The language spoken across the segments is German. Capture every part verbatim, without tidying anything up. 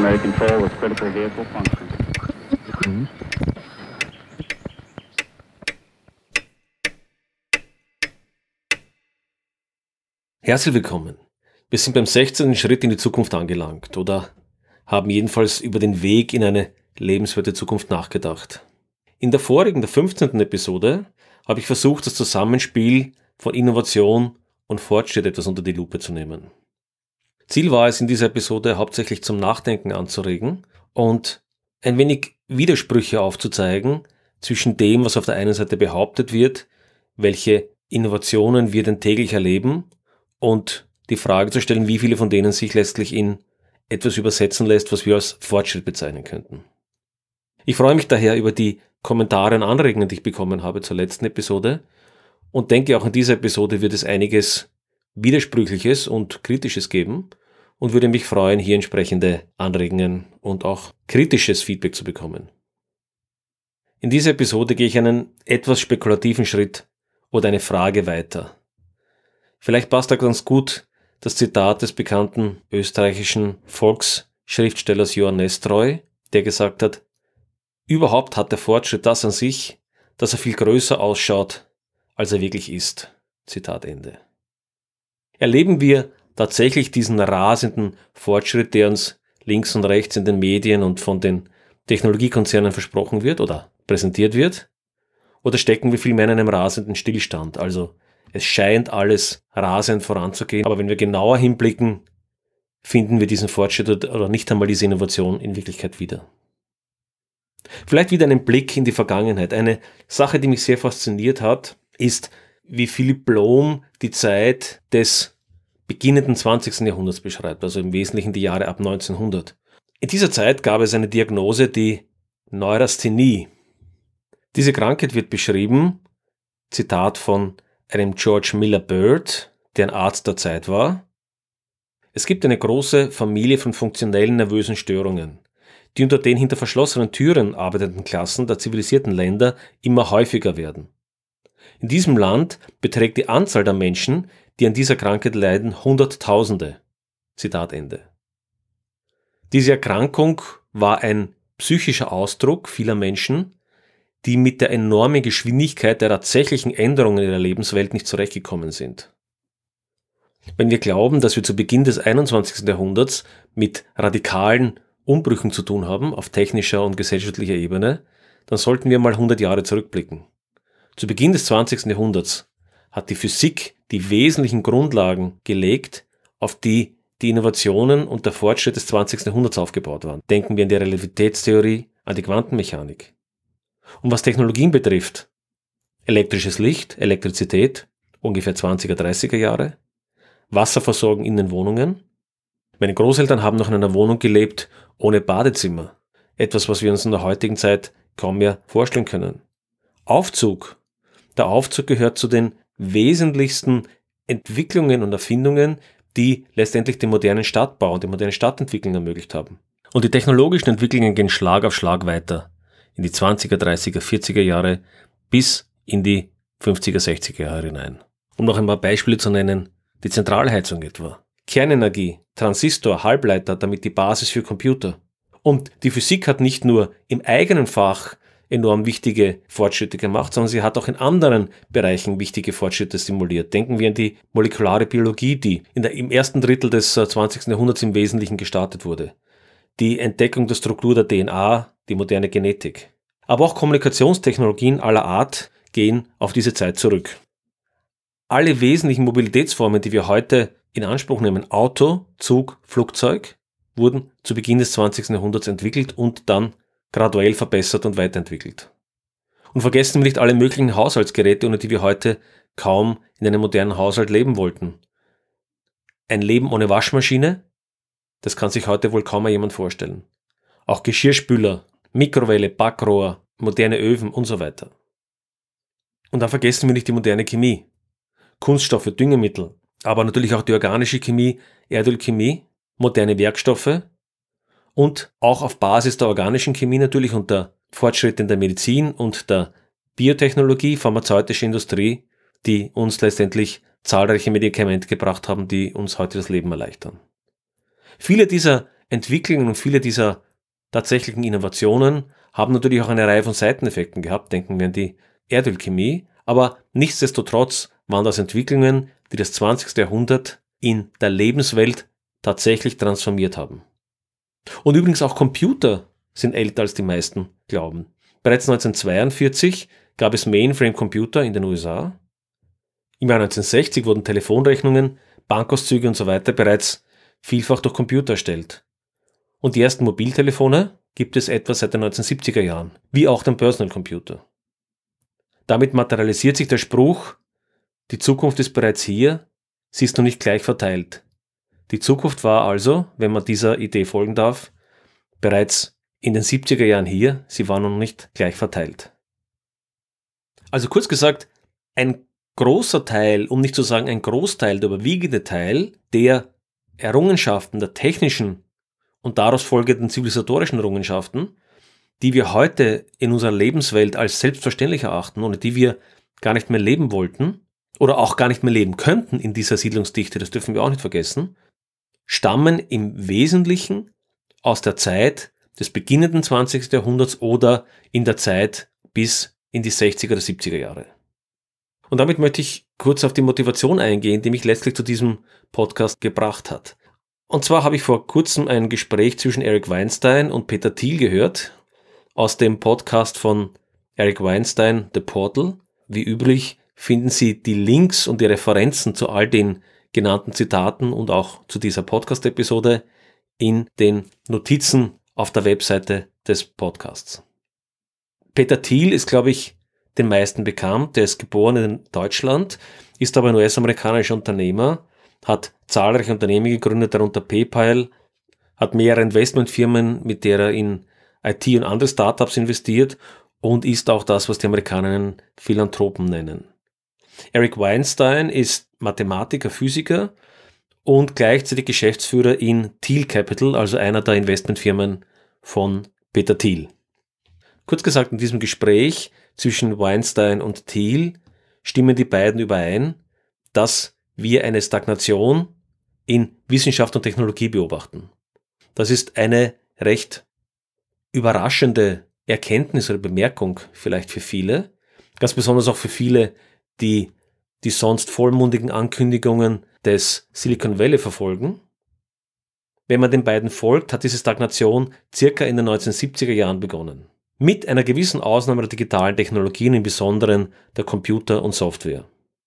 primary control with critical vehicle function. Herzlich willkommen. Wir sind beim sechzehnten Schritt in die Zukunft angelangt oder haben jedenfalls über den Weg in eine lebenswerte Zukunft nachgedacht. In der vorigen, der fünfzehnten Episode, habe ich versucht, das Zusammenspiel von Innovation und Fortschritt etwas unter die Lupe zu nehmen. Ziel war es in dieser Episode hauptsächlich zum Nachdenken anzuregen und ein wenig Widersprüche aufzuzeigen zwischen dem, was auf der einen Seite behauptet wird, welche Innovationen wir denn täglich erleben, und die Frage zu stellen, wie viele von denen sich letztlich in etwas übersetzen lässt, was wir als Fortschritt bezeichnen könnten. Ich freue mich daher über die Kommentare und Anregungen, die ich bekommen habe zur letzten Episode, und denke, auch in dieser Episode wird es einiges Widersprüchliches und Kritisches geben und würde mich freuen, hier entsprechende Anregungen und auch kritisches Feedback zu bekommen. In dieser Episode gehe ich einen etwas spekulativen Schritt oder eine Frage weiter. Vielleicht passt da ganz gut das Zitat des bekannten österreichischen Volksschriftstellers Johann Nestroy, der gesagt hat: Überhaupt hat der Fortschritt das an sich, dass er viel größer ausschaut, als er wirklich ist. Zitat Ende. Erleben wir tatsächlich diesen rasenden Fortschritt, der uns links und rechts in den Medien und von den Technologiekonzernen versprochen wird oder präsentiert wird? Oder stecken wir vielmehr in einem rasenden Stillstand? Also es scheint alles rasend voranzugehen, aber wenn wir genauer hinblicken, finden wir diesen Fortschritt oder nicht einmal diese Innovation in Wirklichkeit wieder. Vielleicht wieder einen Blick in die Vergangenheit. Eine Sache, die mich sehr fasziniert hat, ist, wie Philipp Blom die Zeit des beginnenden zwanzigsten Jahrhunderts beschreibt, also im Wesentlichen die Jahre ab neunzehnhundert. In dieser Zeit gab es eine Diagnose, die Neurasthenie. Diese Krankheit wird beschrieben, Zitat von einem George Miller Bird, der ein Arzt der Zeit war: Es gibt eine große Familie von funktionellen nervösen Störungen, die unter den hinter verschlossenen Türen arbeitenden Klassen der zivilisierten Länder immer häufiger werden. In diesem Land beträgt die Anzahl der Menschen, die an dieser Krankheit leiden, Hunderttausende. Zitat Ende. Diese Erkrankung war ein psychischer Ausdruck vieler Menschen, die mit der enormen Geschwindigkeit der tatsächlichen Änderungen in ihrer Lebenswelt nicht zurechtgekommen sind. Wenn wir glauben, dass wir zu Beginn des einundzwanzigsten Jahrhunderts mit radikalen Umbrüchen zu tun haben, auf technischer und gesellschaftlicher Ebene, dann sollten wir mal hundert Jahre zurückblicken. Zu Beginn des zwanzigsten Jahrhunderts hat die Physik die wesentlichen Grundlagen gelegt, auf die die Innovationen und der Fortschritt des zwanzigsten Jahrhunderts aufgebaut waren. Denken wir an die Relativitätstheorie, an die Quantenmechanik. Und was Technologien betrifft, elektrisches Licht, Elektrizität, ungefähr zwanziger, dreißiger Jahre, Wasserversorgung in den Wohnungen. Meine Großeltern haben noch in einer Wohnung gelebt ohne Badezimmer. Etwas, was wir uns in der heutigen Zeit kaum mehr vorstellen können. Aufzug. Der Aufzug gehört zu den wesentlichsten Entwicklungen und Erfindungen, die letztendlich den modernen Stadtbau und die moderne Stadtentwicklung ermöglicht haben. Und die technologischen Entwicklungen gehen Schlag auf Schlag weiter. In die zwanziger, dreißiger, vierziger Jahre bis in die fünfziger, sechziger Jahre hinein. Um noch ein paar Beispiele zu nennen, die Zentralheizung etwa, Kernenergie, Transistor, Halbleiter, damit die Basis für Computer. Und die Physik hat nicht nur im eigenen Fach enorm wichtige Fortschritte gemacht, sondern sie hat auch in anderen Bereichen wichtige Fortschritte stimuliert. Denken wir an die molekulare Biologie, die in der, im ersten Drittel des zwanzigsten Jahrhunderts im Wesentlichen gestartet wurde. Die Entdeckung der Struktur der D N A, die moderne Genetik. Aber auch Kommunikationstechnologien aller Art gehen auf diese Zeit zurück. Alle wesentlichen Mobilitätsformen, die wir heute in Anspruch nehmen, Auto, Zug, Flugzeug, wurden zu Beginn des zwanzigsten Jahrhunderts entwickelt und dann graduell verbessert und weiterentwickelt. Und vergessen wir nicht alle möglichen Haushaltsgeräte, ohne die wir heute kaum in einem modernen Haushalt leben wollten. Ein Leben ohne Waschmaschine? Das kann sich heute wohl kaum mehr jemand vorstellen. Auch Geschirrspüler, Mikrowelle, Backrohr, moderne Öfen und so weiter. Und dann vergessen wir nicht die moderne Chemie. Kunststoffe, Düngemittel, aber natürlich auch die organische Chemie, Erdölchemie, moderne Werkstoffe und auch auf Basis der organischen Chemie natürlich und der Fortschritte in der Medizin und der Biotechnologie, pharmazeutische Industrie, die uns letztendlich zahlreiche Medikamente gebracht haben, die uns heute das Leben erleichtern. Viele dieser Entwicklungen und viele dieser tatsächlichen Innovationen haben natürlich auch eine Reihe von Seiteneffekten gehabt, denken wir an die Erdölchemie, aber nichtsdestotrotz waren das Entwicklungen, die das zwanzigste Jahrhundert in der Lebenswelt tatsächlich transformiert haben. Und übrigens auch Computer sind älter als die meisten glauben. Bereits neunzehnhundertzweiundvierzig gab es Mainframe-Computer in den U S A. Im Jahr neunzehnhundertsechzig wurden Telefonrechnungen, Bankauszüge und so weiter bereits vielfach durch Computer erstellt. Und die ersten Mobiltelefone gibt es etwa seit den neunzehnhundertsiebziger Jahren, wie auch den Personal Computer. Damit materialisiert sich der Spruch, die Zukunft ist bereits hier, sie ist noch nicht gleich verteilt. Die Zukunft war also, wenn man dieser Idee folgen darf, bereits in den siebziger Jahren hier, sie war noch nicht gleich verteilt. Also kurz gesagt, ein großer Teil, um nicht zu sagen ein Großteil, der überwiegende Teil der Errungenschaften, der technischen und daraus folgenden zivilisatorischen Errungenschaften, die wir heute in unserer Lebenswelt als selbstverständlich erachten, ohne die wir gar nicht mehr leben wollten oder auch gar nicht mehr leben könnten in dieser Siedlungsdichte, das dürfen wir auch nicht vergessen, stammen im Wesentlichen aus der Zeit des beginnenden zwanzigsten Jahrhunderts oder in der Zeit bis in die sechziger oder siebziger Jahre. Und damit möchte ich kurz auf die Motivation eingehen, die mich letztlich zu diesem Podcast gebracht hat. Und zwar habe ich vor kurzem ein Gespräch zwischen Eric Weinstein und Peter Thiel gehört, aus dem Podcast von Eric Weinstein, The Portal. Wie üblich finden Sie die Links und die Referenzen zu all den genannten Zitaten und auch zu dieser Podcast-Episode in den Notizen auf der Webseite des Podcasts. Peter Thiel ist, glaube ich, den meisten bekannt. Der ist geboren in Deutschland, ist aber ein U S-amerikanischer Unternehmer, hat zahlreiche Unternehmen gegründet, darunter PayPal, hat mehrere Investmentfirmen, mit der er in I T und andere Startups investiert und ist auch das, was die Amerikaner einen Philanthropen nennen. Eric Weinstein ist Mathematiker, Physiker und gleichzeitig Geschäftsführer in Thiel Capital, also einer der Investmentfirmen von Peter Thiel. Kurz gesagt, in diesem Gespräch zwischen Weinstein und Thiel stimmen die beiden überein, dass wir eine Stagnation in Wissenschaft und Technologie beobachten. Das ist eine recht überraschende Erkenntnis oder Bemerkung vielleicht für viele, ganz besonders auch für viele, die die sonst vollmundigen Ankündigungen des Silicon Valley verfolgen. Wenn man den beiden folgt, hat diese Stagnation circa in den neunzehnhundertsiebziger Jahren begonnen. Mit einer gewissen Ausnahme der digitalen Technologien, im Besonderen der Computer und Software.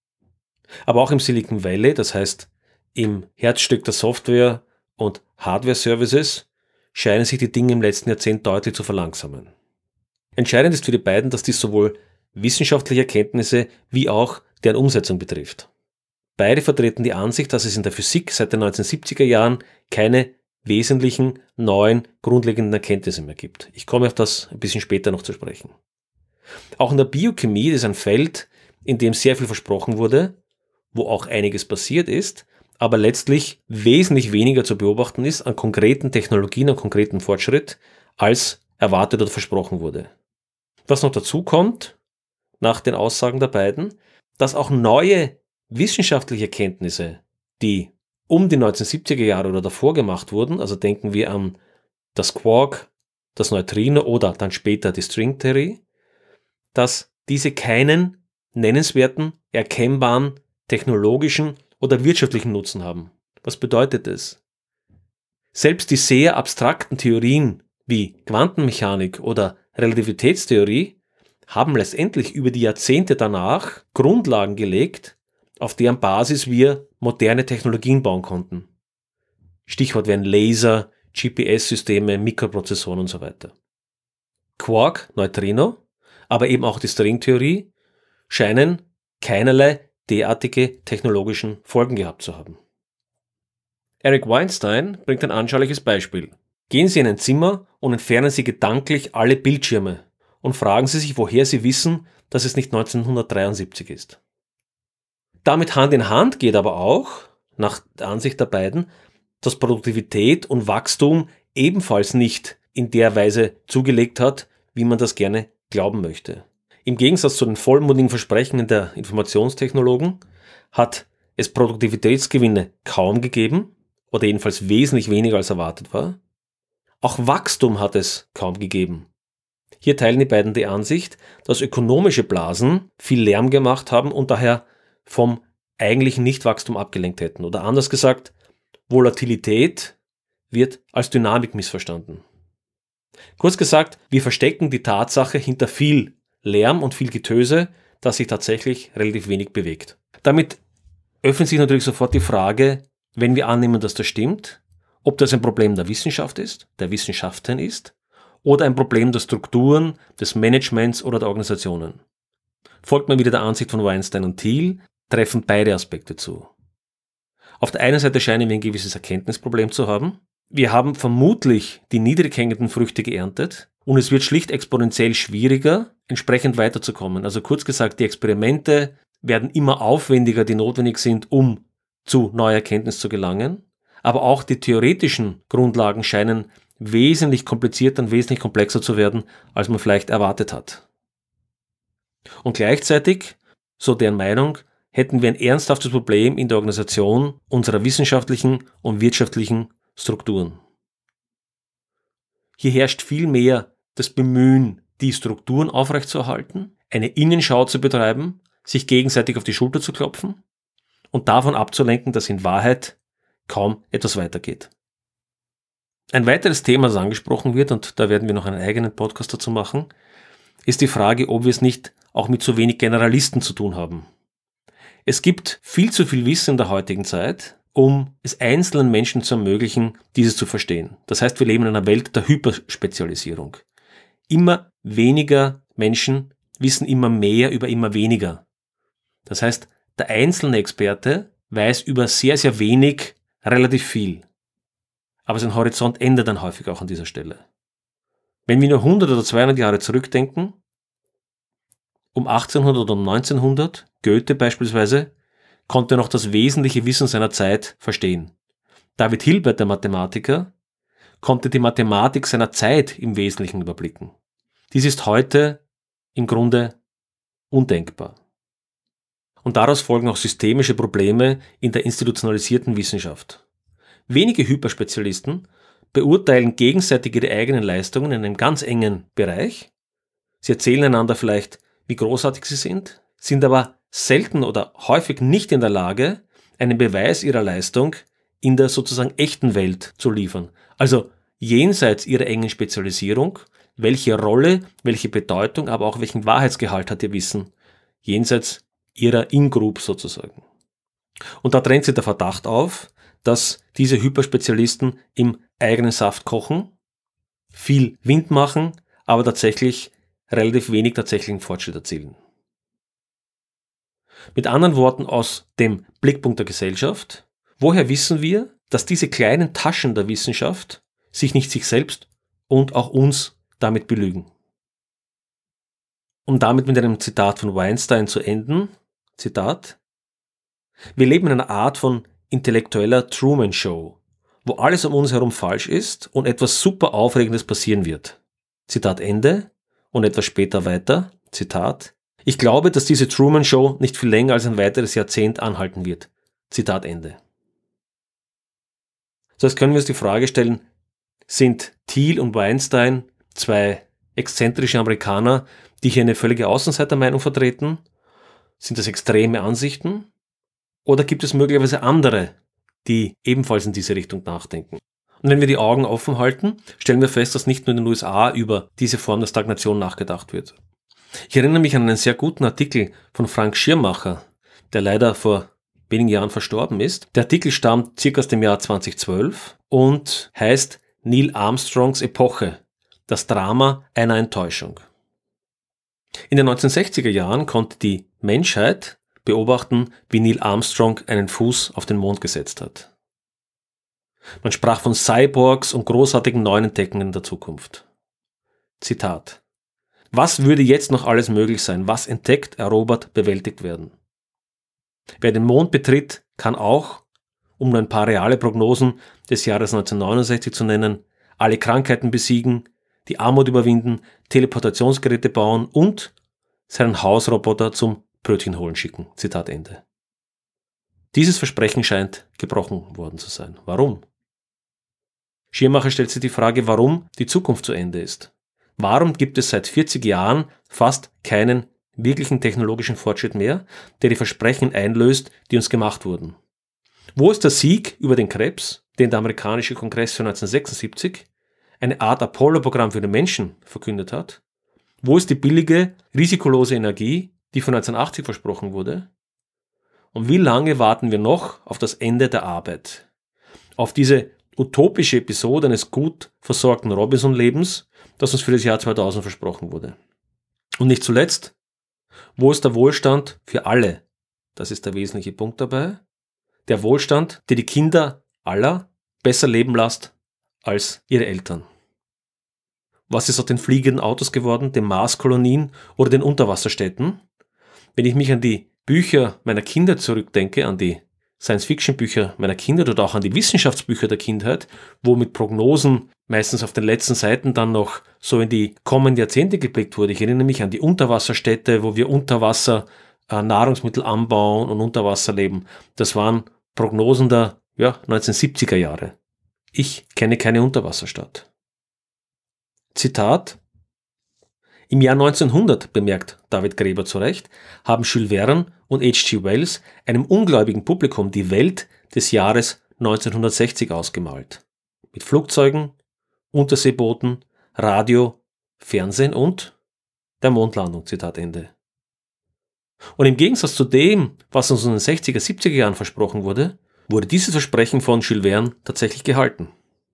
Aber auch im Silicon Valley, das heißt im Herzstück der Software- und Hardware-Services, scheinen sich die Dinge im letzten Jahrzehnt deutlich zu verlangsamen. Entscheidend ist für die beiden, dass dies sowohl wissenschaftliche Erkenntnisse wie auch deren Umsetzung betrifft. Beide vertreten die Ansicht, dass es in der Physik seit den neunzehnhundertsiebziger Jahren keine wesentlichen, neuen, grundlegenden Erkenntnisse mehr gibt. Ich komme auf das ein bisschen später noch zu sprechen. Auch in der Biochemie ist ein Feld, in dem sehr viel versprochen wurde, wo auch einiges passiert ist, aber letztlich wesentlich weniger zu beobachten ist an konkreten Technologien, an konkreten Fortschritt, als erwartet oder versprochen wurde. Was noch dazu kommt, nach den Aussagen der beiden, dass auch neue wissenschaftliche Erkenntnisse, die um die neunzehnhundertsiebziger Jahre oder davor gemacht wurden, also denken wir an das Quark, das Neutrino oder dann später die Stringtheorie, dass diese keinen nennenswerten, erkennbaren, technologischen oder wirtschaftlichen Nutzen haben. Was bedeutet es? Selbst die sehr abstrakten Theorien wie Quantenmechanik oder Relativitätstheorie haben letztendlich über die Jahrzehnte danach Grundlagen gelegt, auf deren Basis wir moderne Technologien bauen konnten. Stichwort wären Laser, G P S-Systeme, Mikroprozessoren und so weiter. Quark, Neutrino, aber eben auch die Stringtheorie scheinen keinerlei derartige technologischen Folgen gehabt zu haben. Eric Weinstein bringt ein anschauliches Beispiel. Gehen Sie in ein Zimmer und entfernen Sie gedanklich alle Bildschirme und fragen Sie sich, woher Sie wissen, dass es nicht neunzehnhundertdreiundsiebzig ist. Damit Hand in Hand geht aber auch, nach der Ansicht der beiden, dass Produktivität und Wachstum ebenfalls nicht in der Weise zugelegt hat, wie man das gerne glauben möchte. Im Gegensatz zu den vollmundigen Versprechen der Informationstechnologen hat es Produktivitätsgewinne kaum gegeben oder jedenfalls wesentlich weniger als erwartet war. Auch Wachstum hat es kaum gegeben. Hier teilen die beiden die Ansicht, dass ökonomische Blasen viel Lärm gemacht haben und daher vom eigentlichen Nichtwachstum abgelenkt hätten. Oder anders gesagt, Volatilität wird als Dynamik missverstanden. Kurz gesagt, wir verstecken die Tatsache hinter viel Lärm und viel Getöse, dass sich tatsächlich relativ wenig bewegt. Damit öffnet sich natürlich sofort die Frage, wenn wir annehmen, dass das stimmt, ob das ein Problem der Wissenschaft ist, der Wissenschaften ist, oder ein Problem der Strukturen, des Managements oder der Organisationen. Folgt man wieder der Ansicht von Weinstein und Thiel, treffen beide Aspekte zu. Auf der einen Seite scheinen wir ein gewisses Erkenntnisproblem zu haben. Wir haben vermutlich die niedrig hängenden Früchte geerntet und es wird schlicht exponentiell schwieriger, entsprechend weiterzukommen. Also kurz gesagt, die Experimente werden immer aufwendiger, die notwendig sind, um zu neuer Erkenntnis zu gelangen. Aber auch die theoretischen Grundlagen scheinen wesentlich komplizierter und wesentlich komplexer zu werden, als man vielleicht erwartet hat. Und gleichzeitig, so deren Meinung, hätten wir ein ernsthaftes Problem in der Organisation unserer wissenschaftlichen und wirtschaftlichen Strukturen. Hier herrscht vielmehr das Bemühen, die Strukturen aufrechtzuerhalten, eine Innenschau zu betreiben, sich gegenseitig auf die Schulter zu klopfen und davon abzulenken, dass in Wahrheit kaum etwas weitergeht. Ein weiteres Thema, das angesprochen wird, und da werden wir noch einen eigenen Podcast dazu machen, ist die Frage, ob wir es nicht auch mit zu wenig Generalisten zu tun haben. Es gibt viel zu viel Wissen in der heutigen Zeit, um es einzelnen Menschen zu ermöglichen, dieses zu verstehen. Das heißt, wir leben in einer Welt der Hyperspezialisierung. Immer weniger Menschen wissen immer mehr über immer weniger. Das heißt, der einzelne Experte weiß über sehr, sehr wenig relativ viel. Aber sein Horizont endet dann häufig auch an dieser Stelle. Wenn wir nur hundert oder zweihundert Jahre zurückdenken, um achtzehnhundert oder um neunzehnhundert, Goethe beispielsweise, konnte noch das wesentliche Wissen seiner Zeit verstehen. David Hilbert, der Mathematiker, konnte die Mathematik seiner Zeit im Wesentlichen überblicken. Dies ist heute im Grunde undenkbar. Und daraus folgen auch systemische Probleme in der institutionalisierten Wissenschaft. Wenige Hyperspezialisten beurteilen gegenseitig ihre eigenen Leistungen in einem ganz engen Bereich. Sie erzählen einander vielleicht, wie großartig sie sind, sind aber selten oder häufig nicht in der Lage, einen Beweis ihrer Leistung in der sozusagen echten Welt zu liefern. Also jenseits ihrer engen Spezialisierung, welche Rolle, welche Bedeutung, aber auch welchen Wahrheitsgehalt hat ihr Wissen, jenseits ihrer In-Group sozusagen. Und da drängt sich der Verdacht auf, dass diese Hyperspezialisten im eigenen Saft kochen, viel Wind machen, aber tatsächlich relativ wenig tatsächlichen Fortschritt erzielen. Mit anderen Worten, aus dem Blickpunkt der Gesellschaft, woher wissen wir, dass diese kleinen Taschen der Wissenschaft sich nicht sich selbst und auch uns damit belügen? Um damit mit einem Zitat von Weinstein zu enden, Zitat: Wir leben in einer Art von intellektueller Truman-Show, wo alles um uns herum falsch ist und etwas super Aufregendes passieren wird. Zitat Ende. Und etwas später weiter, Zitat: Ich glaube, dass diese Truman-Show nicht viel länger als ein weiteres Jahrzehnt anhalten wird. Zitat Ende. So, jetzt können wir uns die Frage stellen, sind Thiel und Weinstein zwei exzentrische Amerikaner, die hier eine völlige Außenseitermeinung vertreten? Sind das extreme Ansichten? Oder gibt es möglicherweise andere, die ebenfalls in diese Richtung nachdenken? Und wenn wir die Augen offen halten, stellen wir fest, dass nicht nur in den U S A über diese Form der Stagnation nachgedacht wird. Ich erinnere mich an einen sehr guten Artikel von Frank Schirmacher, der leider vor wenigen Jahren verstorben ist. Der Artikel stammt circa aus dem Jahr zweitausendzwölf und heißt Neil Armstrongs Epoche, das Drama einer Enttäuschung. In den neunzehnhundertsechziger Jahren konnte die Menschheit beobachten, wie Neil Armstrong einen Fuß auf den Mond gesetzt hat. Man sprach von Cyborgs und großartigen neuen Entdeckungen der Zukunft. Zitat: Was würde jetzt noch alles möglich sein? Was entdeckt, erobert, bewältigt werden? Wer den Mond betritt, kann auch, um nur ein paar reale Prognosen des Jahres neunzehnhundertneunundsechzig zu nennen, alle Krankheiten besiegen, die Armut überwinden, Teleportationsgeräte bauen und seinen Hausroboter zum Brötchen holen schicken. Zitat Ende. Dieses Versprechen scheint gebrochen worden zu sein. Warum? Schirmacher stellt sich die Frage, warum die Zukunft zu Ende ist. Warum gibt es seit vierzig Jahren fast keinen wirklichen technologischen Fortschritt mehr, der die Versprechen einlöst, die uns gemacht wurden? Wo ist der Sieg über den Krebs, den der amerikanische Kongress für neunzehnhundertsechsundsiebzig, eine Art Apollo-Programm für den Menschen, verkündet hat? Wo ist die billige, risikolose Energie, die von neunzehnhundertachtzig versprochen wurde? Und wie lange warten wir noch auf das Ende der Arbeit? Auf diese utopische Episode eines gut versorgten Robinson-Lebens, das uns für das Jahr zweitausend versprochen wurde. Und nicht zuletzt, wo ist der Wohlstand für alle? Das ist der wesentliche Punkt dabei. Der Wohlstand, der die Kinder aller besser leben lässt als ihre Eltern. Was ist aus den fliegenden Autos geworden, den Marskolonien oder den Unterwasserstädten? Wenn ich mich an die Bücher meiner Kinder zurückdenke, an die Science-Fiction-Bücher meiner Kinder oder auch an die Wissenschaftsbücher der Kindheit, wo mit Prognosen meistens auf den letzten Seiten dann noch so in die kommenden Jahrzehnte geblickt wurde. Ich erinnere mich an die Unterwasserstädte, wo wir unter Wasser äh, Nahrungsmittel anbauen und unter Wasser leben. Das waren Prognosen der ja, neunzehnhundertsiebziger Jahre. Ich kenne keine Unterwasserstadt. Zitat: Im Jahr neunzehnhundert, bemerkt David Graeber zu Recht, haben Jules Verne und H G Wells einem ungläubigen Publikum die Welt des Jahres neunzehnhundertsechzig ausgemalt. Mit Flugzeugen, Unterseebooten, Radio, Fernsehen und der Mondlandung. Zitat Ende. Und im Gegensatz zu dem, was uns in den sechziger, siebziger Jahren versprochen wurde, wurde dieses Versprechen von Jules Verne tatsächlich gehalten.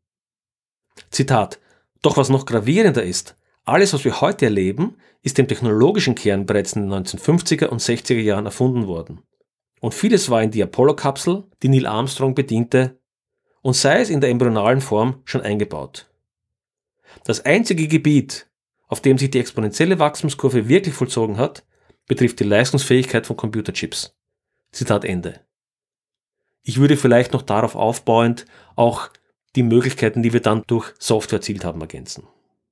Zitat: Doch was noch gravierender ist, alles, was wir heute erleben, ist im technologischen Kern bereits in den neunzehnhundertfünfziger und sechziger Jahren erfunden worden. Und vieles war in die Apollo-Kapsel, die Neil Armstrong bediente, und sei es in der embryonalen Form schon eingebaut. Das einzige Gebiet, auf dem sich die exponentielle Wachstumskurve wirklich vollzogen hat, betrifft die Leistungsfähigkeit von Computerchips. Zitat Ende. Ich würde vielleicht noch darauf aufbauend auch die Möglichkeiten, die wir dann durch Software erzielt haben, ergänzen.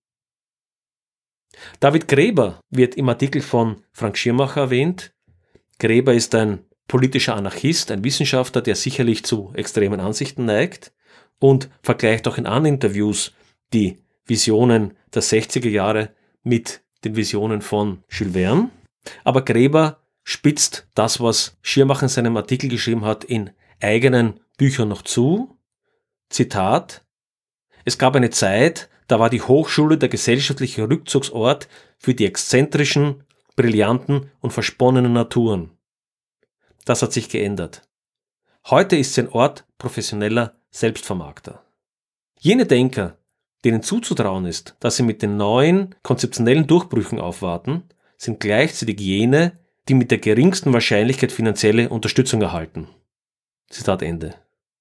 David Graeber wird im Artikel von Frank Schirmacher erwähnt. Graeber ist ein politischer Anarchist, ein Wissenschaftler, der sicherlich zu extremen Ansichten neigt und vergleicht auch in anderen Interviews die Visionen der sechziger Jahre mit den Visionen von Jules Verne. Aber Graeber spitzt das, was Schirmacher in seinem Artikel geschrieben hat, in eigenen Büchern noch zu. Zitat: Es gab eine Zeit, da war die Hochschule der gesellschaftliche Rückzugsort für die exzentrischen, brillanten und versponnenen Naturen. Das hat sich geändert. Heute ist sie ein Ort professioneller Selbstvermarkter. Jene Denker, denen zuzutrauen ist, dass sie mit den neuen konzeptionellen Durchbrüchen aufwarten, sind gleichzeitig jene, die mit der geringsten Wahrscheinlichkeit finanzielle Unterstützung erhalten. Zitat Ende.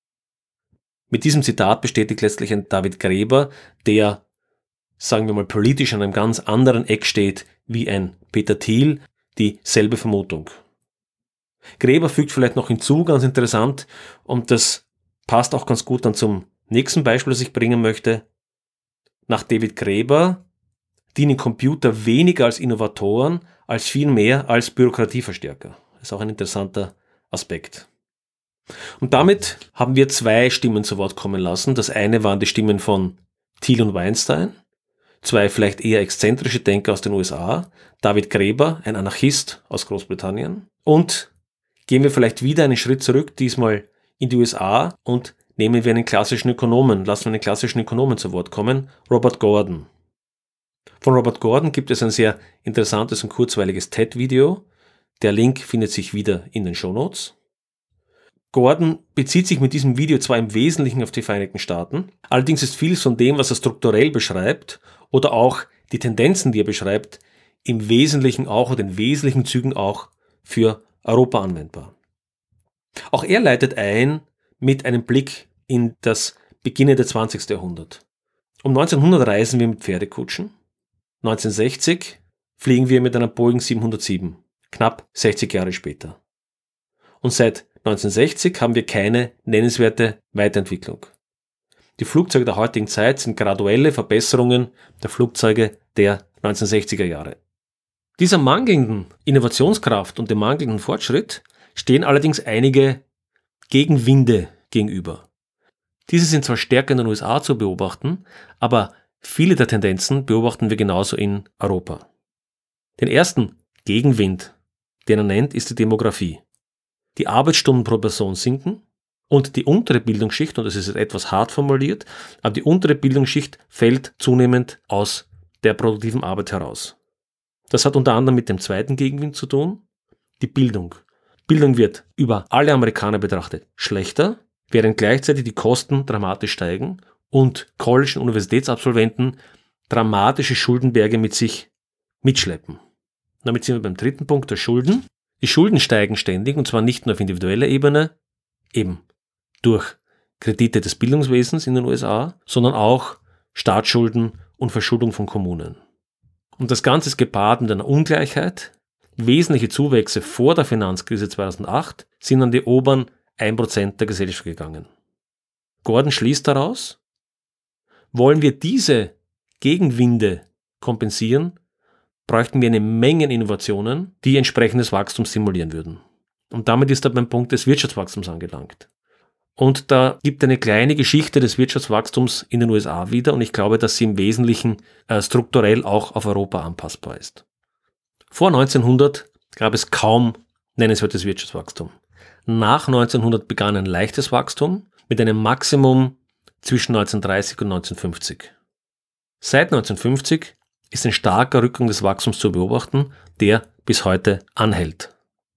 Mit diesem Zitat bestätigt letztlich ein David Graeber, der, sagen wir mal, politisch an einem ganz anderen Eck steht wie ein Peter Thiel, dieselbe Vermutung. Graeber fügt vielleicht noch hinzu, ganz interessant, und das passt auch ganz gut dann zum nächsten Beispiel, das ich bringen möchte. Nach David Graeber dienen Computer weniger als Innovatoren, als vielmehr als Bürokratieverstärker. Das ist auch ein interessanter Aspekt. Und damit haben wir zwei Stimmen zu Wort kommen lassen. Das eine waren die Stimmen von Thiel und Weinstein, zwei vielleicht eher exzentrische Denker aus den U S A, David Graeber, ein Anarchist aus Großbritannien. Und gehen wir vielleicht wieder einen Schritt zurück, diesmal in die U S A, und nehmen wir einen klassischen Ökonomen, lassen wir einen klassischen Ökonomen zu Wort kommen, Robert Gordon. Von Robert Gordon gibt es ein sehr interessantes und kurzweiliges TED-Video. Der Link findet sich wieder in den Shownotes. Gordon bezieht sich mit diesem Video zwar im Wesentlichen auf die Vereinigten Staaten, allerdings ist vieles von dem, was er strukturell beschreibt oder auch die Tendenzen, die er beschreibt, im Wesentlichen auch oder in wesentlichen Zügen auch für Europa anwendbar. Auch er leitet ein mit einem Blick in das beginnende zwanzigsten Jahrhundert. Um neunzehnhundert reisen wir mit Pferdekutschen, neunzehnhundertsechzig fliegen wir mit einer Boeing siebenhundertsieben, knapp sechzig Jahre später. Und seit neunzehnhundertsechzig haben wir keine nennenswerte Weiterentwicklung. Die Flugzeuge der heutigen Zeit sind graduelle Verbesserungen der Flugzeuge der neunzehnhundertsechziger Jahre. Dieser mangelnden Innovationskraft und dem mangelnden Fortschritt stehen allerdings einige Gegenwinde gegenüber. Diese sind zwar stärker in den U S A zu beobachten, aber viele der Tendenzen beobachten wir genauso in Europa. Den ersten Gegenwind, den er nennt, ist die Demografie. Die Arbeitsstunden pro Person sinken und die untere Bildungsschicht, und das ist etwas hart formuliert, aber die untere Bildungsschicht fällt zunehmend aus der produktiven Arbeit heraus. Das hat unter anderem mit dem zweiten Gegenwind zu tun, die Bildung. Bildung wird über alle Amerikaner betrachtet schlechter, während gleichzeitig die Kosten dramatisch steigen und College- und Universitätsabsolventen dramatische Schuldenberge mit sich mitschleppen. Damit sind wir beim dritten Punkt, der Schulden. Die Schulden steigen ständig, und zwar nicht nur auf individueller Ebene, eben durch Kredite des Bildungswesens in den U S A, sondern auch Staatsschulden und Verschuldung von Kommunen. Und das Ganze ist gepaart mit einer Ungleichheit. Wesentliche Zuwächse vor der Finanzkrise zweitausendacht sind an die oberen ein Prozent der Gesellschaft gegangen. Gordon schließt daraus, wollen wir diese Gegenwinde kompensieren, bräuchten wir eine Menge Innovationen, die entsprechendes Wachstum stimulieren würden. Und damit ist er beim Punkt des Wirtschaftswachstums angelangt. Und da gibt eine kleine Geschichte des Wirtschaftswachstums in den U S A wieder, und ich glaube, dass sie im Wesentlichen äh, strukturell auch auf Europa anpassbar ist. Vor neunzehnhundert gab es kaum nennenswertes Wirtschaftswachstum. Nach neunzehnhundert begann ein leichtes Wachstum mit einem Maximum zwischen neunzehnhundertdreißig und neunzehnhundertfünfzig. Seit neunzehnhundertfünfzig ist ein starker Rückgang des Wachstums zu beobachten, der bis heute anhält.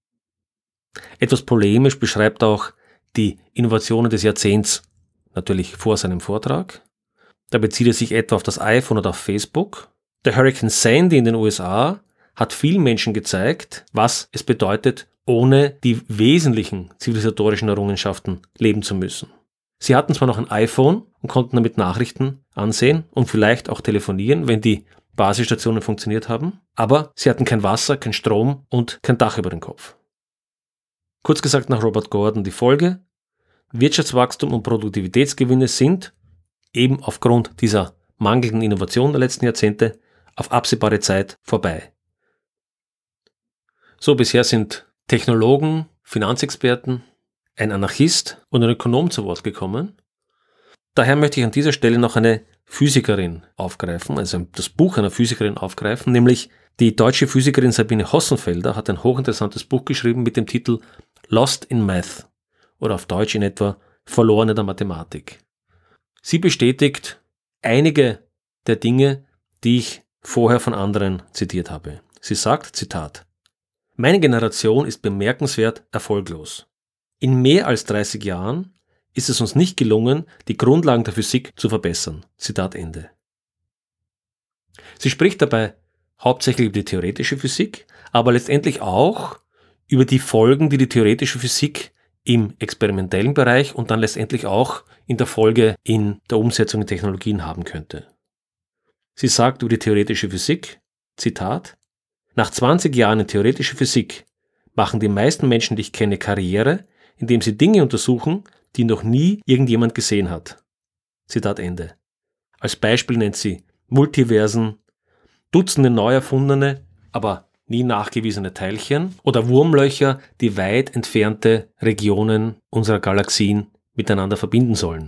Etwas polemisch beschreibt auch die Innovationen des Jahrzehnts natürlich vor seinem Vortrag. Da bezieht er sich etwa auf das iPhone oder auf Facebook. Der Hurricane Sandy in den U S A hat vielen Menschen gezeigt, was es bedeutet, ohne die wesentlichen zivilisatorischen Errungenschaften leben zu müssen. Sie hatten zwar noch ein iPhone und konnten damit Nachrichten ansehen und vielleicht auch telefonieren, wenn die Basisstationen funktioniert haben, aber sie hatten kein Wasser, kein Strom und kein Dach über den Kopf. Kurz gesagt nach Robert Gordon die Folge: Wirtschaftswachstum und Produktivitätsgewinne sind eben aufgrund dieser mangelnden Innovation der letzten Jahrzehnte auf absehbare Zeit vorbei. So, bisher sind Technologen, Finanzexperten, ein Anarchist und ein Ökonom zu Wort gekommen. Daher möchte ich an dieser Stelle noch eine Physikerin aufgreifen, also das Buch einer Physikerin aufgreifen, nämlich die deutsche Physikerin Sabine Hossenfelder hat ein hochinteressantes Buch geschrieben mit dem Titel Lost in Math oder auf Deutsch in etwa Verloren in der Mathematik. Sie bestätigt einige der Dinge, die ich vorher von anderen zitiert habe. Sie sagt, Zitat: Meine Generation ist bemerkenswert erfolglos. In mehr als dreißig Jahren ist es uns nicht gelungen, die Grundlagen der Physik zu verbessern. Zitat Ende. Sie spricht dabei hauptsächlich über die theoretische Physik, aber letztendlich auch über die Folgen, die die theoretische Physik im experimentellen Bereich und dann letztendlich auch in der Folge in der Umsetzung in Technologien haben könnte. Sie sagt über die theoretische Physik, Zitat: Nach zwanzig Jahren in theoretischer Physik machen die meisten Menschen, die ich kenne, Karriere, indem sie Dinge untersuchen, die noch nie irgendjemand gesehen hat. Zitat Ende. Als Beispiel nennt sie Multiversen, Dutzende neu erfundene, aber nie nachgewiesene Teilchen oder Wurmlöcher, die weit entfernte Regionen unserer Galaxien miteinander verbinden sollen.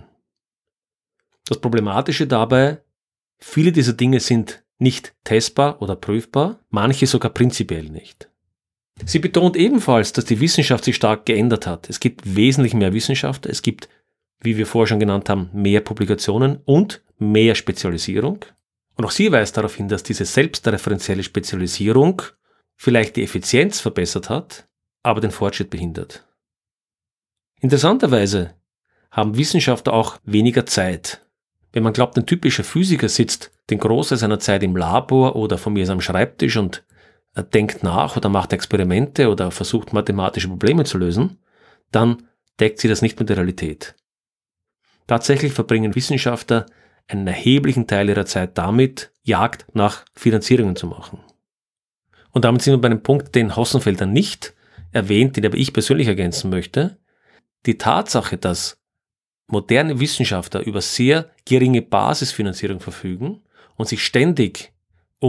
Das Problematische dabei: Viele dieser Dinge sind nicht testbar oder prüfbar, manche sogar prinzipiell nicht. Sie betont ebenfalls, dass die Wissenschaft sich stark geändert hat. Es gibt wesentlich mehr Wissenschaft, es gibt, wie wir vorher schon genannt haben, mehr Publikationen und mehr Spezialisierung. Und auch sie weist darauf hin, dass diese selbstreferenzielle Spezialisierung vielleicht die Effizienz verbessert hat, aber den Fortschritt behindert. Interessanterweise haben Wissenschaftler auch weniger Zeit. Wenn man glaubt, ein typischer Physiker sitzt den Großteil seiner Zeit im Labor oder von mir aus am Schreibtisch und er denkt nach oder macht Experimente oder versucht mathematische Probleme zu lösen, dann deckt sich das nicht mit der Realität. Tatsächlich verbringen Wissenschaftler einen erheblichen Teil ihrer Zeit damit, Jagd nach Finanzierungen zu machen. Und damit sind wir bei einem Punkt, den Hossenfelder nicht erwähnt, den aber ich persönlich ergänzen möchte. Die Tatsache, dass moderne Wissenschaftler über sehr geringe Basisfinanzierung verfügen und sich ständig um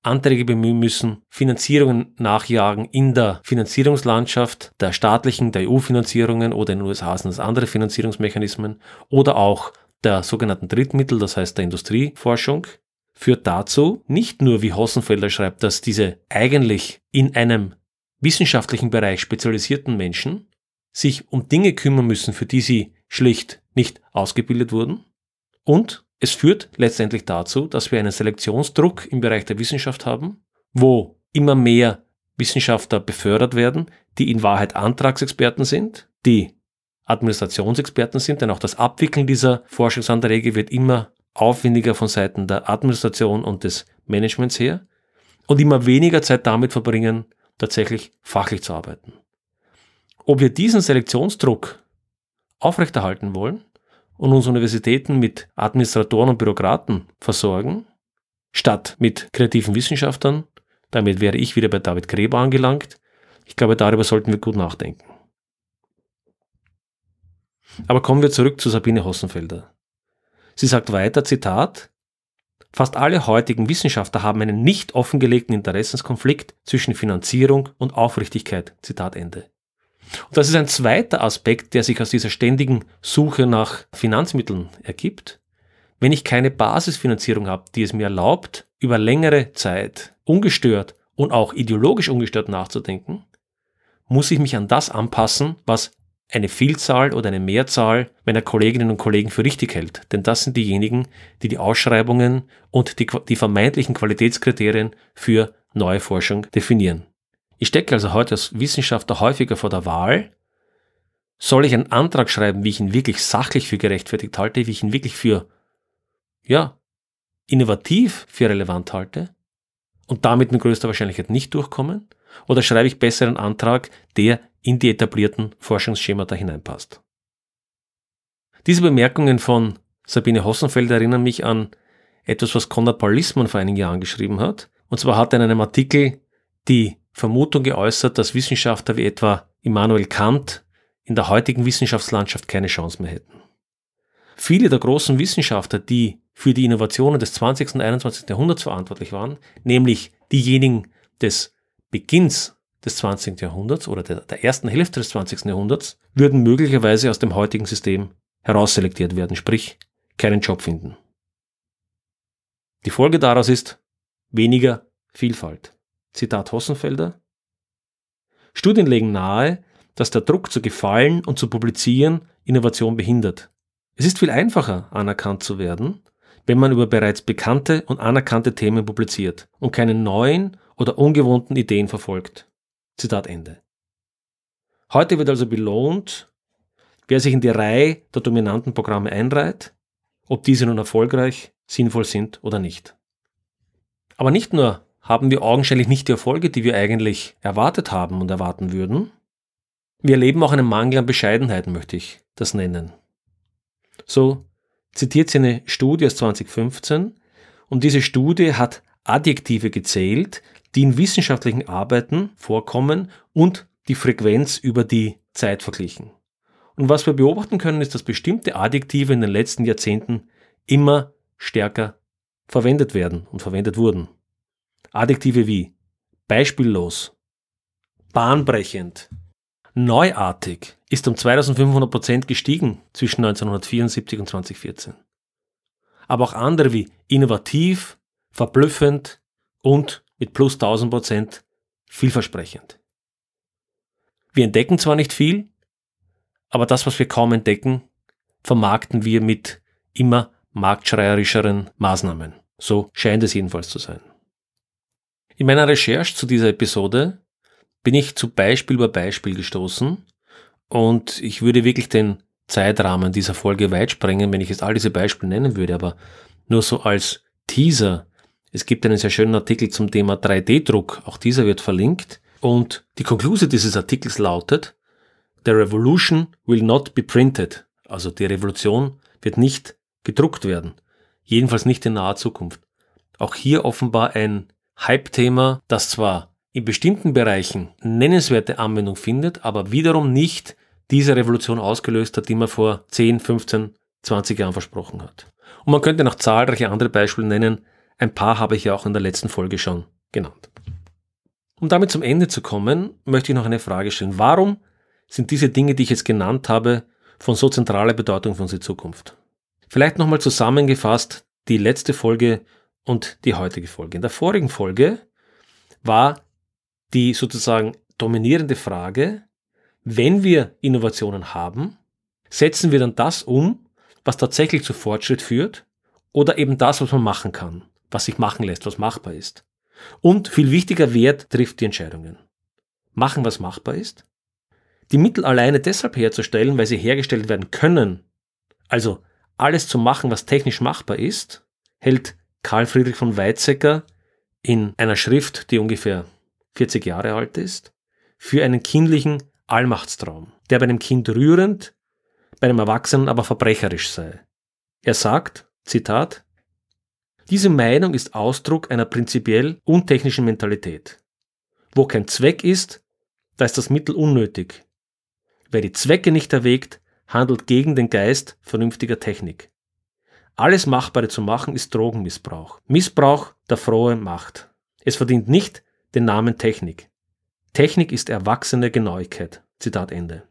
Anträge bemühen müssen, Finanzierungen nachjagen in der Finanzierungslandschaft der staatlichen, der E U-Finanzierungen oder in den U S A sind es andere Finanzierungsmechanismen oder auch der sogenannten Drittmittel, das heißt der Industrieforschung, führt dazu, nicht nur, wie Hossenfelder schreibt, dass diese eigentlich in einem wissenschaftlichen Bereich spezialisierten Menschen sich um Dinge kümmern müssen, für die sie schlicht nicht ausgebildet wurden. Und es führt letztendlich dazu, dass wir einen Selektionsdruck im Bereich der Wissenschaft haben, wo immer mehr Wissenschaftler befördert werden, die in Wahrheit Antragsexperten sind, die Administrationsexperten sind, denn auch das Abwickeln dieser Forschungsanträge wird immer aufwendiger von Seiten der Administration und des Managements her und immer weniger Zeit damit verbringen, tatsächlich fachlich zu arbeiten. Ob wir diesen Selektionsdruck aufrechterhalten wollen und unsere Universitäten mit Administratoren und Bürokraten versorgen, statt mit kreativen Wissenschaftlern, damit wäre ich wieder bei David Graeber angelangt. Ich glaube, darüber sollten wir gut nachdenken. Aber kommen wir zurück zu Sabine Hossenfelder. Sie sagt weiter, Zitat, fast alle heutigen Wissenschaftler haben einen nicht offengelegten Interessenskonflikt zwischen Finanzierung und Aufrichtigkeit. Zitat Ende. Und das ist ein zweiter Aspekt, der sich aus dieser ständigen Suche nach Finanzmitteln ergibt. Wenn ich keine Basisfinanzierung habe, die es mir erlaubt, über längere Zeit ungestört und auch ideologisch ungestört nachzudenken, muss ich mich an das anpassen, was eine Vielzahl oder eine Mehrzahl meiner Kolleginnen und Kollegen für richtig hält. Denn das sind diejenigen, die die Ausschreibungen und die, die vermeintlichen Qualitätskriterien für neue Forschung definieren. Ich stecke also heute als Wissenschaftler häufiger vor der Wahl, soll ich einen Antrag schreiben, wie ich ihn wirklich sachlich für gerechtfertigt halte, wie ich ihn wirklich für, ja, innovativ für relevant halte und damit mit größter Wahrscheinlichkeit nicht durchkommen, oder schreibe ich besser einen Antrag, der in die etablierten Forschungsschemata hineinpasst. Diese Bemerkungen von Sabine Hossenfelder erinnern mich an etwas, was Konrad Paul Lissmann vor einigen Jahren geschrieben hat. Und zwar hat er in einem Artikel die Vermutung geäußert, dass Wissenschaftler wie etwa Immanuel Kant in der heutigen Wissenschaftslandschaft keine Chance mehr hätten. Viele der großen Wissenschaftler, die für die Innovationen des zwanzigsten und einundzwanzigsten Jahrhunderts verantwortlich waren, nämlich diejenigen des Beginns des zwanzigsten Jahrhunderts oder der, der ersten Hälfte des zwanzigsten Jahrhunderts, würden möglicherweise aus dem heutigen System herausselektiert werden, sprich keinen Job finden. Die Folge daraus ist weniger Vielfalt. Zitat Hossenfelder. Studien legen nahe, dass der Druck zu gefallen und zu publizieren Innovation behindert. Es ist viel einfacher, anerkannt zu werden, wenn man über bereits bekannte und anerkannte Themen publiziert und keine neuen oder ungewohnten Ideen verfolgt. Zitat Ende. Heute wird also belohnt, wer sich in die Reihe der dominanten Programme einreiht, ob diese nun erfolgreich, sinnvoll sind oder nicht. Aber nicht nur haben wir augenscheinlich nicht die Erfolge, die wir eigentlich erwartet haben und erwarten würden, wir erleben auch einen Mangel an Bescheidenheit, möchte ich das nennen. So zitiert sie eine Studie aus zwanzig fünfzehn und diese Studie hat Adjektive gezählt, die in wissenschaftlichen Arbeiten vorkommen und die Frequenz über die Zeit verglichen. Und was wir beobachten können, ist, dass bestimmte Adjektive in den letzten Jahrzehnten immer stärker verwendet werden und verwendet wurden. Adjektive wie beispiellos, bahnbrechend, neuartig ist um zweitausendfünfhundert Prozent gestiegen zwischen neunzehnhundertvierundsiebzig und zweitausendvierzehn. Aber auch andere wie innovativ, verblüffend und mit plus tausend Prozent vielversprechend. Wir entdecken zwar nicht viel, aber das, was wir kaum entdecken, vermarkten wir mit immer marktschreierischeren Maßnahmen. So scheint es jedenfalls zu sein. In meiner Recherche zu dieser Episode bin ich zu Beispiel über Beispiel gestoßen und ich würde wirklich den Zeitrahmen dieser Folge weit sprengen, wenn ich jetzt all diese Beispiele nennen würde, aber nur so als Teaser. Es gibt einen sehr schönen Artikel zum Thema drei D Druck, auch dieser wird verlinkt und die Konklusion dieses Artikels lautet: The revolution will not be printed, also die Revolution wird nicht gedruckt werden, jedenfalls nicht in naher Zukunft. Auch hier offenbar ein Hype-Thema, das zwar in bestimmten Bereichen nennenswerte Anwendung findet, aber wiederum nicht diese Revolution ausgelöst hat, die man vor zehn, fünfzehn, zwanzig Jahren versprochen hat. Und man könnte noch zahlreiche andere Beispiele nennen. Ein paar habe ich ja auch in der letzten Folge schon genannt. Um damit zum Ende zu kommen, möchte ich noch eine Frage stellen. Warum sind diese Dinge, die ich jetzt genannt habe, von so zentraler Bedeutung für unsere Zukunft? Vielleicht nochmal zusammengefasst die letzte Folge und die heutige Folge. In der vorigen Folge war die sozusagen dominierende Frage, wenn wir Innovationen haben, setzen wir dann das um, was tatsächlich zu Fortschritt führt, oder eben das, was man machen kann, was sich machen lässt, was machbar ist. Und viel wichtiger, wer trifft die Entscheidungen. Machen, was machbar ist. Die Mittel alleine deshalb herzustellen, weil sie hergestellt werden können, also alles zu machen, was technisch machbar ist, hält Karl Friedrich von Weizsäcker in einer Schrift, die ungefähr vierzig Jahre alt ist, für einen kindlichen Allmachtstraum, der bei einem Kind rührend, bei einem Erwachsenen aber verbrecherisch sei. Er sagt, Zitat, diese Meinung ist Ausdruck einer prinzipiell untechnischen Mentalität. Wo kein Zweck ist, da ist das Mittel unnötig. Wer die Zwecke nicht erwägt, handelt gegen den Geist vernünftiger Technik. Alles Machbare zu machen ist Drogenmissbrauch. Missbrauch der frohe Macht. Es verdient nicht den Namen Technik. Technik ist erwachsene Genauigkeit. Zitat Ende.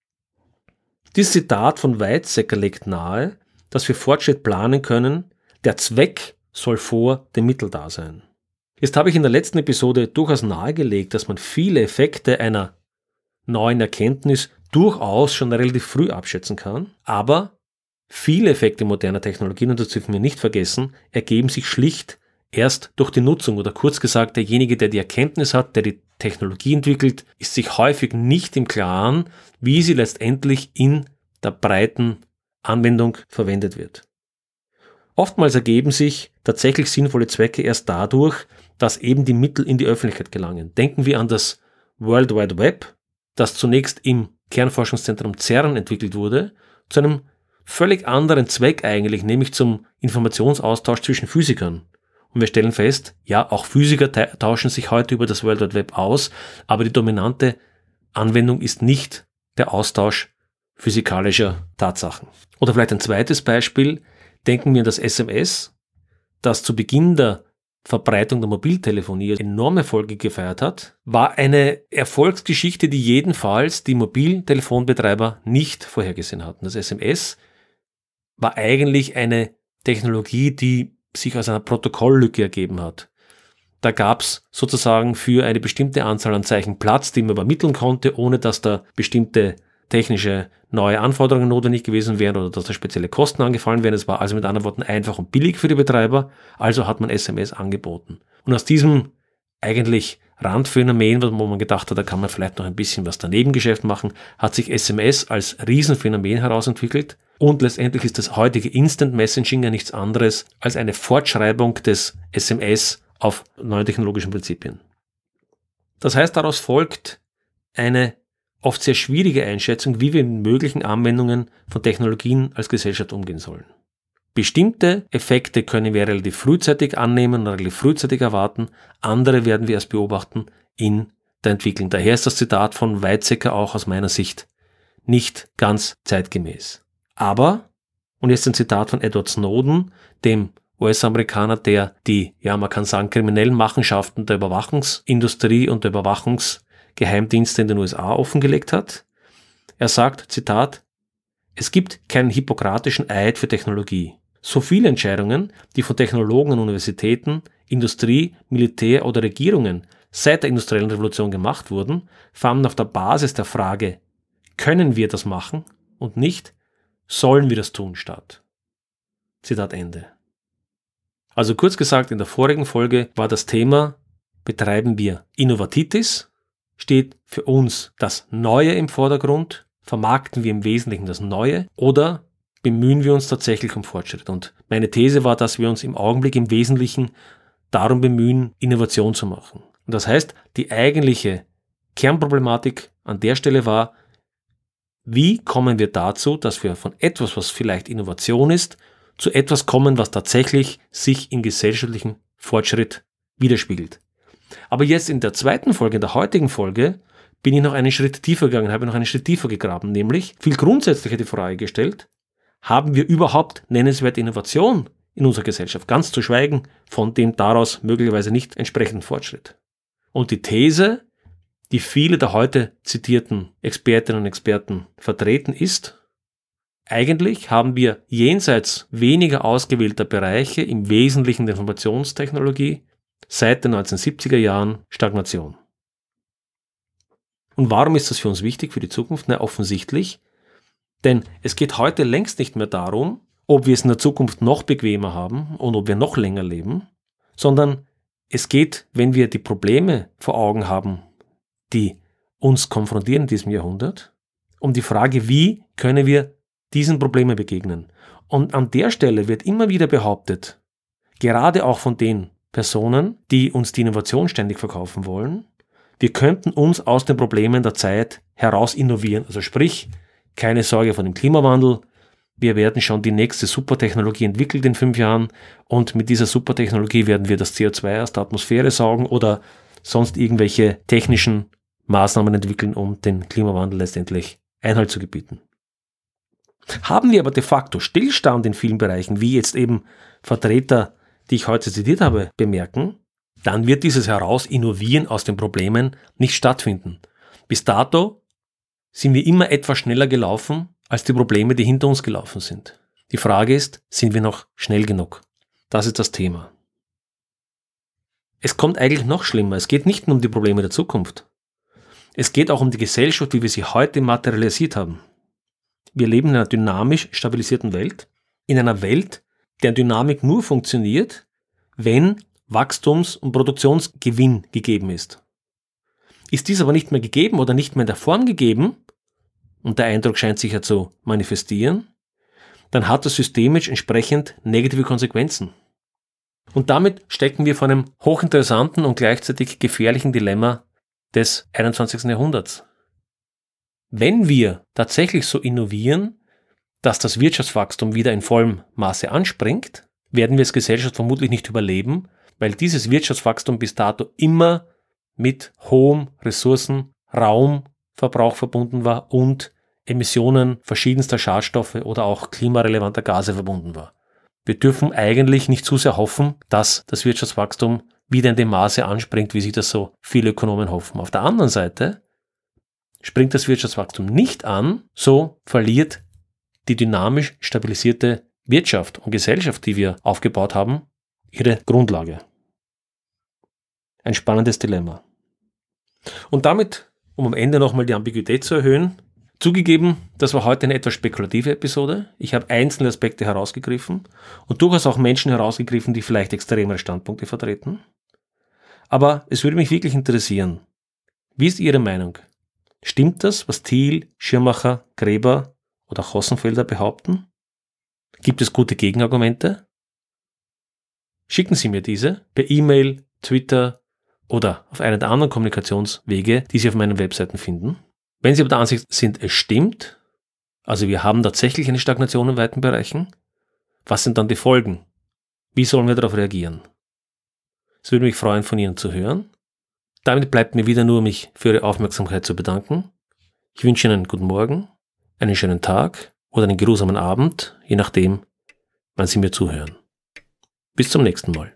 Dieses Zitat von Weizsäcker legt nahe, dass wir Fortschritt planen können, der Zweck soll vor dem Mittel da sein. Jetzt habe ich in der letzten Episode durchaus nahegelegt, dass man viele Effekte einer neuen Erkenntnis durchaus schon relativ früh abschätzen kann, aber viele Effekte moderner Technologien, und das dürfen wir nicht vergessen, ergeben sich schlicht erst durch die Nutzung, oder kurz gesagt, derjenige, der die Erkenntnis hat, der die Technologie entwickelt, ist sich häufig nicht im Klaren, wie sie letztendlich in der breiten Anwendung verwendet wird. Oftmals ergeben sich tatsächlich sinnvolle Zwecke erst dadurch, dass eben die Mittel in die Öffentlichkeit gelangen. Denken wir an das World Wide Web, das zunächst im Kernforschungszentrum CERN entwickelt wurde, zu einem völlig anderen Zweck eigentlich, nämlich zum Informationsaustausch zwischen Physikern. Und wir stellen fest, ja, auch Physiker tauschen sich heute über das World Wide Web aus, aber die dominante Anwendung ist nicht der Austausch physikalischer Tatsachen. Oder vielleicht ein zweites Beispiel, denken wir an das S M S, das zu Beginn der Verbreitung der Mobiltelefonie enorme Erfolge gefeiert hat, war eine Erfolgsgeschichte, die jedenfalls die Mobiltelefonbetreiber nicht vorhergesehen hatten. Das S M S war eigentlich eine Technologie, die sich aus einer Protokolllücke ergeben hat. Da gab es sozusagen für eine bestimmte Anzahl an Zeichen Platz, die man übermitteln konnte, ohne dass da bestimmte technische neue Anforderungen notwendig gewesen wären oder dass da spezielle Kosten angefallen wären. Es war also mit anderen Worten einfach und billig für die Betreiber, also hat man S M S angeboten. Und aus diesem eigentlich Randphänomen, wo man gedacht hat, da kann man vielleicht noch ein bisschen was daneben Geschäft machen, hat sich S M S als Riesenphänomen herausentwickelt. Und letztendlich ist das heutige Instant Messaging ja nichts anderes als eine Fortschreibung des S M S auf neue technologischen Prinzipien. Das heißt, daraus folgt eine oft sehr schwierige Einschätzung, wie wir mit möglichen Anwendungen von Technologien als Gesellschaft umgehen sollen. Bestimmte Effekte können wir relativ frühzeitig annehmen und relativ frühzeitig erwarten, andere werden wir erst beobachten in der Entwicklung. Daher ist das Zitat von Weizsäcker auch aus meiner Sicht nicht ganz zeitgemäß. Aber, und jetzt ein Zitat von Edward Snowden, dem U S-Amerikaner, der die, ja man kann sagen, kriminellen Machenschaften der Überwachungsindustrie und der Überwachungsgeheimdienste in den U S A offengelegt hat. Er sagt, Zitat, es gibt keinen hippokratischen Eid für Technologie. So viele Entscheidungen, die von Technologen an Universitäten, Industrie, Militär oder Regierungen seit der industriellen Revolution gemacht wurden, fanden auf der Basis der Frage, können wir das machen und nicht, sollen wir das tun statt. Zitat Ende. Also kurz gesagt, in der vorigen Folge war das Thema, betreiben wir Innovatitis, steht für uns das Neue im Vordergrund, vermarkten wir im Wesentlichen das Neue oder bemühen wir uns tatsächlich um Fortschritt. Und meine These war, dass wir uns im Augenblick im Wesentlichen darum bemühen, Innovation zu machen. Und das heißt, die eigentliche Kernproblematik an der Stelle war, wie kommen wir dazu, dass wir von etwas, was vielleicht Innovation ist, zu etwas kommen, was tatsächlich sich im gesellschaftlichen Fortschritt widerspiegelt. Aber jetzt in der zweiten Folge, in der heutigen Folge, bin ich noch einen Schritt tiefer gegangen, habe noch einen Schritt tiefer gegraben, nämlich viel grundsätzlicher die Frage gestellt, haben wir überhaupt nennenswerte Innovation in unserer Gesellschaft, ganz zu schweigen von dem daraus möglicherweise nicht entsprechenden Fortschritt. Und die These, die viele der heute zitierten Expertinnen und Experten vertreten, ist, eigentlich haben wir jenseits weniger ausgewählter Bereiche, im Wesentlichen der Informationstechnologie, seit den neunzehnhundertsiebziger Jahren Stagnation. Und warum ist das für uns wichtig, für die Zukunft? Na, offensichtlich, denn es geht heute längst nicht mehr darum, ob wir es in der Zukunft noch bequemer haben und ob wir noch länger leben, sondern es geht, wenn wir die Probleme vor Augen haben, die uns konfrontieren in diesem Jahrhundert, um die Frage, wie können wir diesen Problemen begegnen. Und an der Stelle wird immer wieder behauptet, gerade auch von den Personen, die uns die Innovation ständig verkaufen wollen, wir könnten uns aus den Problemen der Zeit heraus innovieren. Also sprich, keine Sorge vor dem Klimawandel, wir werden schon die nächste Supertechnologie entwickelt in fünf Jahren und mit dieser Supertechnologie werden wir das C O zwei aus der Atmosphäre saugen oder sonst irgendwelche technischen Maßnahmen entwickeln, um den Klimawandel letztendlich Einhalt zu gebieten. Haben wir aber de facto Stillstand in vielen Bereichen, wie jetzt eben Vertreter, die ich heute zitiert habe, bemerken, dann wird dieses Heraus-Innovieren aus den Problemen nicht stattfinden. Bis dato sind wir immer etwas schneller gelaufen als die Probleme, die hinter uns gelaufen sind. Die Frage ist, sind wir noch schnell genug? Das ist das Thema. Es kommt eigentlich noch schlimmer. Es geht nicht nur um die Probleme der Zukunft. Es geht auch um die Gesellschaft, wie wir sie heute materialisiert haben. Wir leben in einer dynamisch stabilisierten Welt, in einer Welt, deren Dynamik nur funktioniert, wenn Wachstums- und Produktionsgewinn gegeben ist. Ist dies aber nicht mehr gegeben oder nicht mehr in der Form gegeben, und der Eindruck scheint sich ja zu manifestieren, dann hat das systemisch entsprechend negative Konsequenzen. Und damit stecken wir vor einem hochinteressanten und gleichzeitig gefährlichen Dilemma des einundzwanzigsten Jahrhunderts. Wenn wir tatsächlich so innovieren, dass das Wirtschaftswachstum wieder in vollem Maße anspringt, werden wir als Gesellschaft vermutlich nicht überleben, weil dieses Wirtschaftswachstum bis dato immer mit hohem Ressourcen-, Raumverbrauch verbunden war und Emissionen verschiedenster Schadstoffe oder auch klimarelevanter Gase verbunden war. Wir dürfen eigentlich nicht zu sehr hoffen, dass das Wirtschaftswachstum wieder in dem Maße anspringt, wie sich das so viele Ökonomen hoffen. Auf der anderen Seite springt das Wirtschaftswachstum nicht an, so verliert die dynamisch stabilisierte Wirtschaft und Gesellschaft, die wir aufgebaut haben, ihre Grundlage. Ein spannendes Dilemma. Und damit, um am Ende nochmal die Ambiguität zu erhöhen, zugegeben, das war heute eine etwas spekulative Episode. Ich habe einzelne Aspekte herausgegriffen und durchaus auch Menschen herausgegriffen, die vielleicht extremere Standpunkte vertreten. Aber es würde mich wirklich interessieren, wie ist Ihre Meinung? Stimmt das, was Thiel, Schirmacher, Gräber oder Hossenfelder behaupten? Gibt es gute Gegenargumente? Schicken Sie mir diese per E-Mail, Twitter oder auf einen der anderen Kommunikationswege, die Sie auf meinen Webseiten finden. Wenn Sie aber der Ansicht sind, es stimmt, also wir haben tatsächlich eine Stagnation in weiten Bereichen, was sind dann die Folgen? Wie sollen wir darauf reagieren? Es würde mich freuen, von Ihnen zu hören. Damit bleibt mir wieder nur, mich für Ihre Aufmerksamkeit zu bedanken. Ich wünsche Ihnen einen guten Morgen, einen schönen Tag oder einen geruhsamen Abend, je nachdem, wann Sie mir zuhören. Bis zum nächsten Mal.